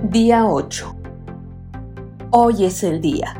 Día 8. Hoy es el día.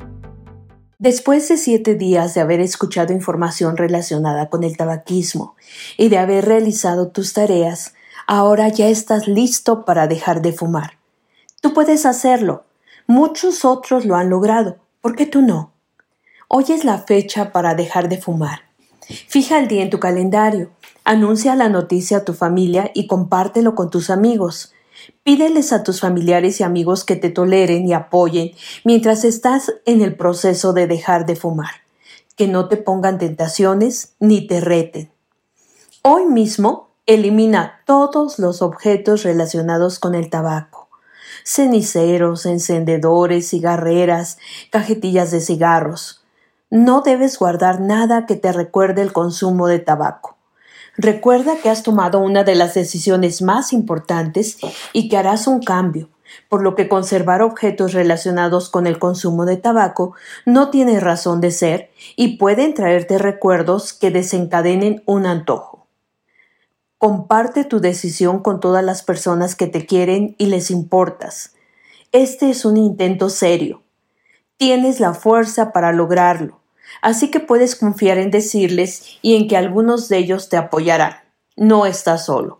Después de 7 días de haber escuchado información relacionada con el tabaquismo y de haber realizado tus tareas, ahora ya estás listo para dejar de fumar. Tú puedes hacerlo. Muchos otros lo han logrado. ¿Por qué tú no? Hoy es la fecha para dejar de fumar. Fija el día en tu calendario. Anuncia la noticia a tu familia y compártelo con tus amigos. Pídeles a tus familiares y amigos que te toleren y apoyen mientras estás en el proceso de dejar de fumar. Que no te pongan tentaciones ni te reten. Hoy mismo, elimina todos los objetos relacionados con el tabaco. Ceniceros, encendedores, cigarreras, cajetillas de cigarros. No debes guardar nada que te recuerde el consumo de tabaco. Recuerda que has tomado una de las decisiones más importantes y que harás un cambio, por lo que conservar objetos relacionados con el consumo de tabaco no tiene razón de ser y pueden traerte recuerdos que desencadenen un antojo. Comparte tu decisión con todas las personas que te quieren y les importas. Este es un intento serio. Tienes la fuerza para lograrlo. Así que puedes confiar en decirles y en que algunos de ellos te apoyarán. No estás solo.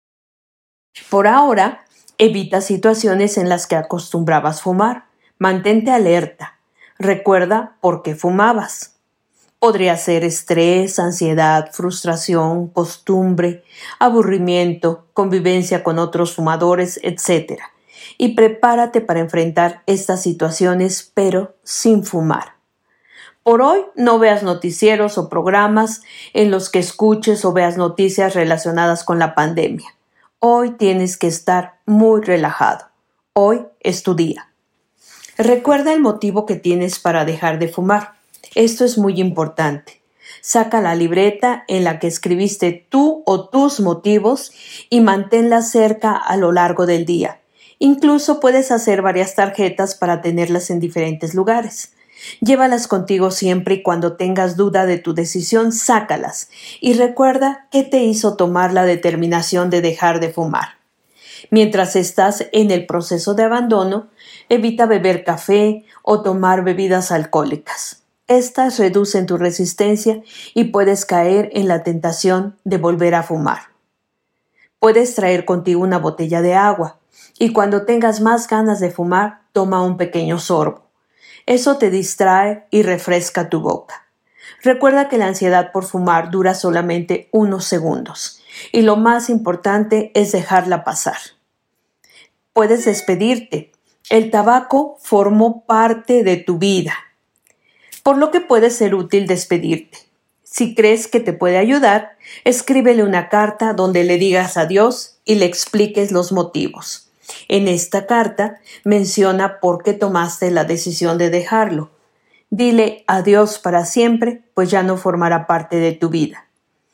Por ahora, evita situaciones en las que acostumbrabas fumar. Mantente alerta. Recuerda por qué fumabas. Podría ser estrés, ansiedad, frustración, costumbre, aburrimiento, convivencia con otros fumadores, etc. Y prepárate para enfrentar estas situaciones, pero sin fumar. Por hoy no veas noticieros o programas en los que escuches o veas noticias relacionadas con la pandemia. Hoy tienes que estar muy relajado. Hoy es tu día. Recuerda el motivo que tienes para dejar de fumar. Esto es muy importante. Saca la libreta en la que escribiste tú o tus motivos y manténla cerca a lo largo del día. Incluso puedes hacer varias tarjetas para tenerlas en diferentes lugares. Llévalas contigo siempre y cuando tengas duda de tu decisión, sácalas y recuerda qué te hizo tomar la determinación de dejar de fumar. Mientras estás en el proceso de abandono, evita beber café o tomar bebidas alcohólicas. Estas reducen tu resistencia y puedes caer en la tentación de volver a fumar. Puedes traer contigo una botella de agua y cuando tengas más ganas de fumar, toma un pequeño sorbo. Eso te distrae y refresca tu boca. Recuerda que la ansiedad por fumar dura solamente unos segundos y lo más importante es dejarla pasar. Puedes despedirte. El tabaco formó parte de tu vida, por lo que puede ser útil despedirte. Si crees que te puede ayudar, escríbele una carta donde le digas adiós y le expliques los motivos. En esta carta menciona por qué tomaste la decisión de dejarlo. Dile adiós para siempre, pues ya no formará parte de tu vida.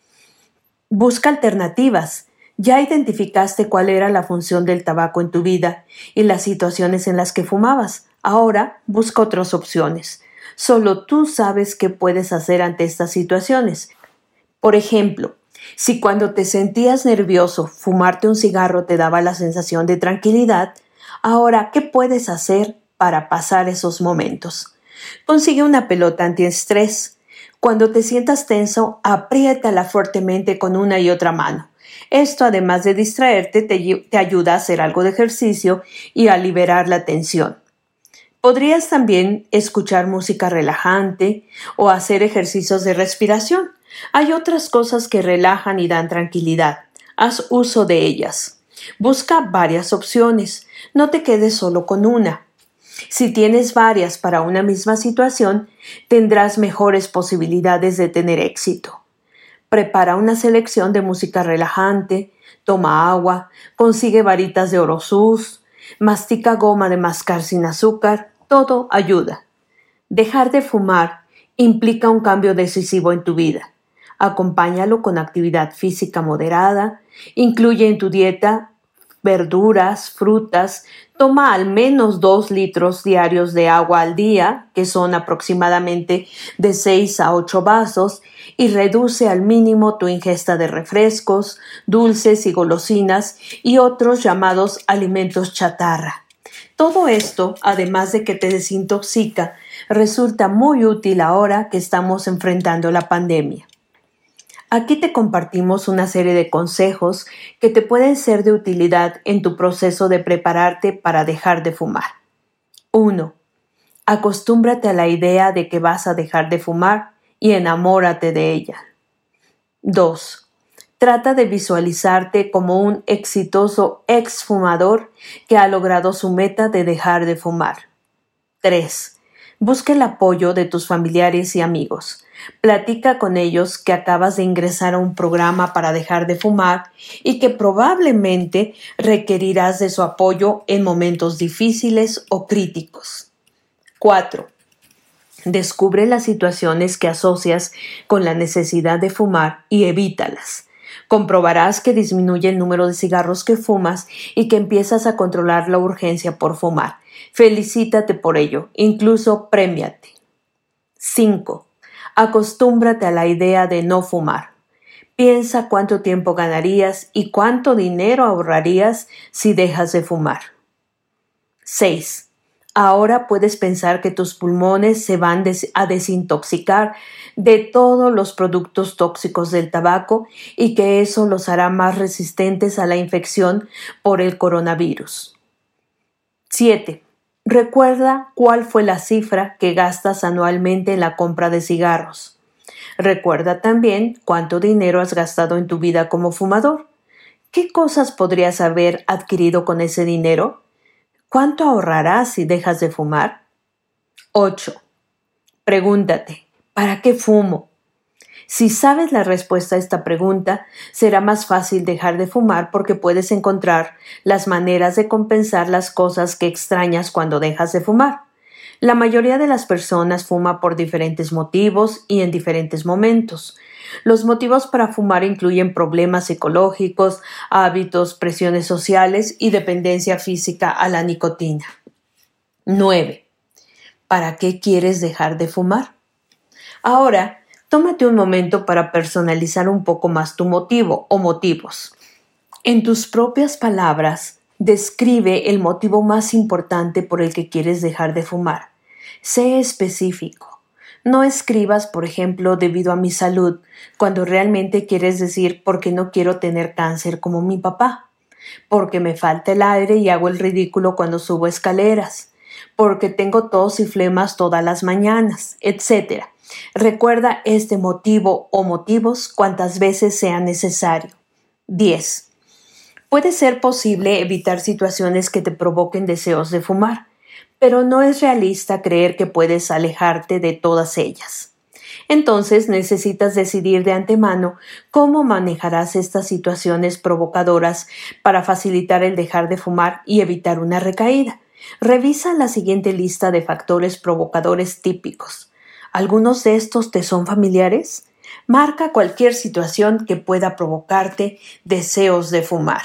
Busca alternativas. Ya identificaste cuál era la función del tabaco en tu vida y las situaciones en las que fumabas. Ahora busca otras opciones. Solo tú sabes qué puedes hacer ante estas situaciones. Por ejemplo, si cuando te sentías nervioso fumarte un cigarro te daba la sensación de tranquilidad, ahora, ¿qué puedes hacer para pasar esos momentos? Consigue una pelota antiestrés. Cuando te sientas tenso, apriétala fuertemente con una y otra mano. Esto, además de distraerte, te ayuda a hacer algo de ejercicio y a liberar la tensión. Podrías también escuchar música relajante o hacer ejercicios de respiración. Hay otras cosas que relajan y dan tranquilidad. Haz uso de ellas. Busca varias opciones. No te quedes solo con una. Si tienes varias para una misma situación, tendrás mejores posibilidades de tener éxito. Prepara una selección de música relajante, toma agua, consigue varitas de Orosus, mastica goma de mascar sin azúcar, todo ayuda. Dejar de fumar implica un cambio decisivo en tu vida. Acompáñalo con actividad física moderada, incluye en tu dieta verduras, frutas. Toma al menos 2 litros diarios de agua al día, que son aproximadamente de 6 a 8 vasos, y reduce al mínimo tu ingesta de refrescos, dulces y golosinas y otros llamados alimentos chatarra. Todo esto, además de que te desintoxica, resulta muy útil ahora que estamos enfrentando la pandemia. Aquí te compartimos una serie de consejos que te pueden ser de utilidad en tu proceso de prepararte para dejar de fumar. 1. Acostúmbrate a la idea de que vas a dejar de fumar y enamórate de ella. 2. Trata de visualizarte como un exitoso exfumador que ha logrado su meta de dejar de fumar. 3. Busca el apoyo de tus familiares y amigos. Platica con ellos que acabas de ingresar a un programa para dejar de fumar y que probablemente requerirás de su apoyo en momentos difíciles o críticos. 4. Descubre las situaciones que asocias con la necesidad de fumar y evítalas. Comprobarás que disminuye el número de cigarros que fumas y que empiezas a controlar la urgencia por fumar. Felicítate por ello, incluso prémiate. 5. Acostúmbrate a la idea de no fumar. Piensa cuánto tiempo ganarías y cuánto dinero ahorrarías si dejas de fumar. 6. Ahora puedes pensar que tus pulmones se van a desintoxicar de todos los productos tóxicos del tabaco y que eso los hará más resistentes a la infección por el coronavirus. 7. Recuerda cuál fue la cifra que gastas anualmente en la compra de cigarros. Recuerda también cuánto dinero has gastado en tu vida como fumador. ¿Qué cosas podrías haber adquirido con ese dinero? ¿Cuánto ahorrarás si dejas de fumar? 8. Pregúntate, ¿para qué fumo? Si sabes la respuesta a esta pregunta, será más fácil dejar de fumar porque puedes encontrar las maneras de compensar las cosas que extrañas cuando dejas de fumar. La mayoría de las personas fuma por diferentes motivos y en diferentes momentos. Los motivos para fumar incluyen problemas psicológicos, hábitos, presiones sociales y dependencia física a la nicotina. 9. ¿Para qué quieres dejar de fumar? Ahora, tómate un momento para personalizar un poco más tu motivo o motivos. En tus propias palabras, describe el motivo más importante por el que quieres dejar de fumar. Sé específico. No escribas, por ejemplo, debido a mi salud, cuando realmente quieres decir porque no quiero tener cáncer como mi papá, porque me falta el aire y hago el ridículo cuando subo escaleras, porque tengo tos y flemas todas las mañanas, etc. Recuerda este motivo o motivos cuantas veces sea necesario. 10. Puede ser posible evitar situaciones que te provoquen deseos de fumar, pero no es realista creer que puedes alejarte de todas ellas. Entonces necesitas decidir de antemano cómo manejarás estas situaciones provocadoras para facilitar el dejar de fumar y evitar una recaída. Revisa la siguiente lista de factores provocadores típicos. ¿Algunos de estos te son familiares? Marca cualquier situación que pueda provocarte deseos de fumar.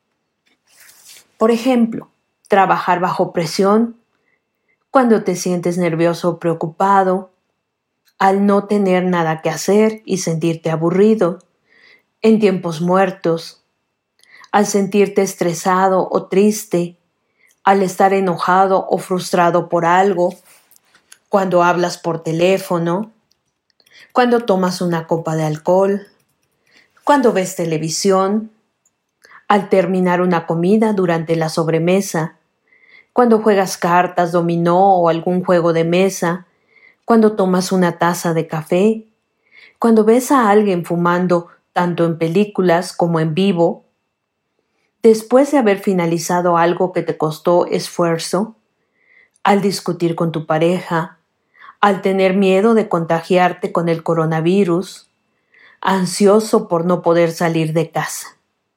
Por ejemplo, trabajar bajo presión, cuando te sientes nervioso o preocupado, al no tener nada que hacer y sentirte aburrido, en tiempos muertos, al sentirte estresado o triste, al estar enojado o frustrado por algo, cuando hablas por teléfono, cuando tomas una copa de alcohol, cuando ves televisión, al terminar una comida durante la sobremesa, cuando juegas cartas, dominó o algún juego de mesa, cuando tomas una taza de café, cuando ves a alguien fumando tanto en películas como en vivo, después de haber finalizado algo que te costó esfuerzo, al discutir con tu pareja, al tener miedo de contagiarte con el coronavirus, ansioso por no poder salir de casa.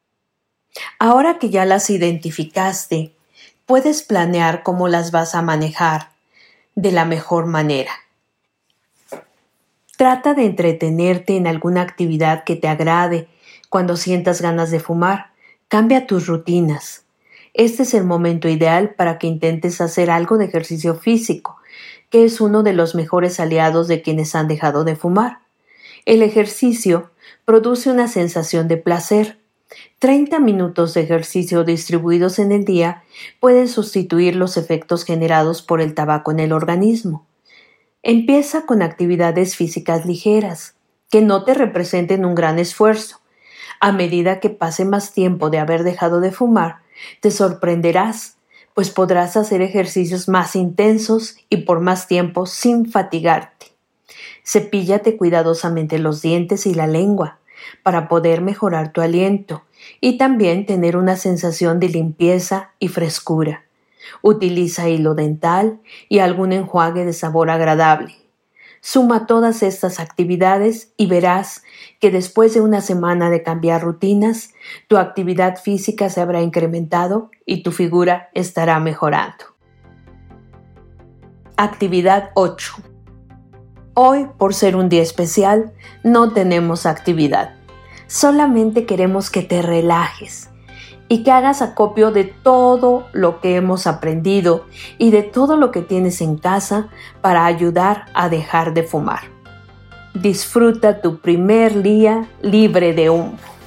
Ahora que ya las identificaste, puedes planear cómo las vas a manejar de la mejor manera. Trata de entretenerte en alguna actividad que te agrade. Cuando sientas ganas de fumar, cambia tus rutinas. Este es el momento ideal para que intentes hacer algo de ejercicio físico, que es uno de los mejores aliados de quienes han dejado de fumar. El ejercicio produce una sensación de placer. 30 minutos de ejercicio distribuidos en el día pueden sustituir los efectos generados por el tabaco en el organismo. Empieza con actividades físicas ligeras, que no te representen un gran esfuerzo. A medida que pase más tiempo de haber dejado de fumar, te sorprenderás, pues podrás hacer ejercicios más intensos y por más tiempo sin fatigarte. Cepíllate cuidadosamente los dientes y la lengua para poder mejorar tu aliento y también tener una sensación de limpieza y frescura. Utiliza hilo dental y algún enjuague de sabor agradable. Suma todas estas actividades y verás que después de una semana de cambiar rutinas, tu actividad física se habrá incrementado y tu figura estará mejorando. Actividad 8. Hoy, por ser un día especial, no tenemos actividad. Solamente queremos que te relajes y que hagas acopio de todo lo que hemos aprendido y de todo lo que tienes en casa para ayudar a dejar de fumar. Disfruta tu primer día libre de humo.